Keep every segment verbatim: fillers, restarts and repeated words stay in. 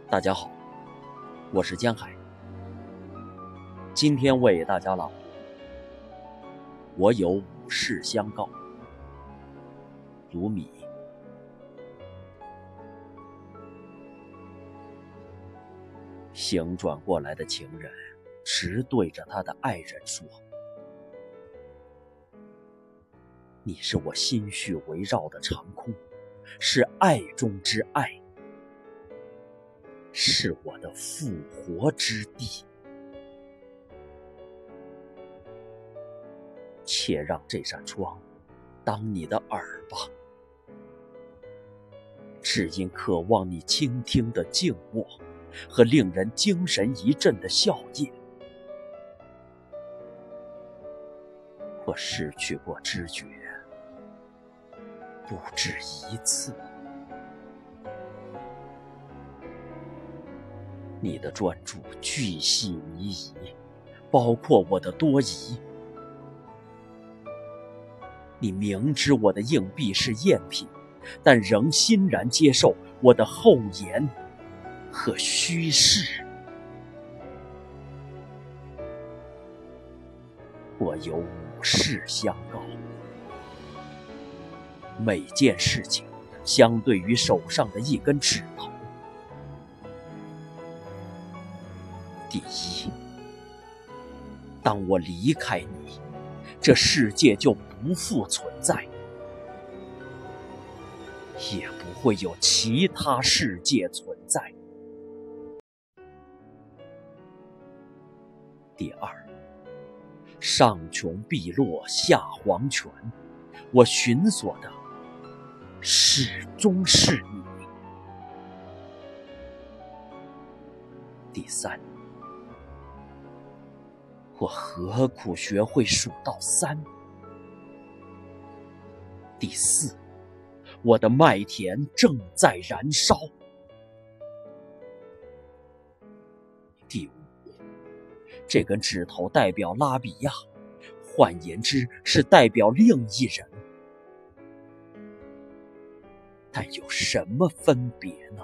大家好，我是江海，今天为大家朗读。我有五事相告。卢米。醒转过来的情人直对着他的爱人说：你是我心绪围绕的长空，是爱中之爱，是我的复活之地。且让这扇窗当你的耳吧，只因渴望你倾听的静默和令人精神一振的笑靥。我失去过知觉，不止一次。你的专注巨细靡遗，包括我的多疑。你明知我的硬币是赝品，但仍欣然接受我的厚颜和虚饰。我有五事相告。每件事情相对于手上的一根指头。第一，当我离开你，这世界就不复存在，也不会有其他世界存在。第二，上穷碧落下黄泉，我寻索的始终是你。第三，我何苦学会数到三？第四，我的麦田正在燃烧。第五，这根指头代表拉比亚，换言之是代表另一人。但有什么分别呢？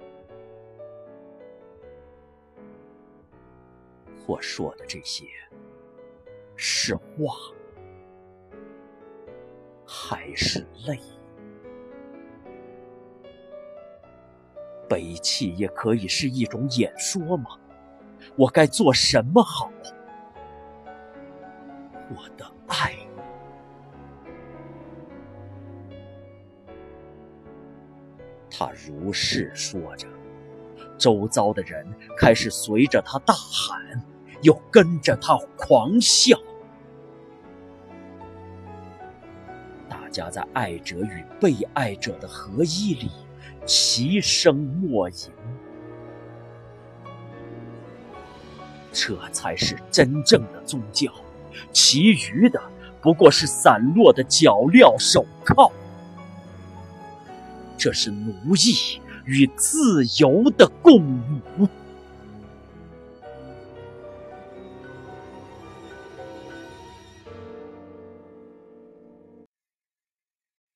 我说的这些是话还是泪？悲泣也可以是一种演说吗？我该做什么好？我的爱。他如是说着，周遭的人开始随着他大喊，又跟着他狂笑。大家在爱者与被爱者的合一里齐声默吟。这才是真正的宗教，其余的不过是散落的脚镣手铐。这是奴役与自由的共鸣。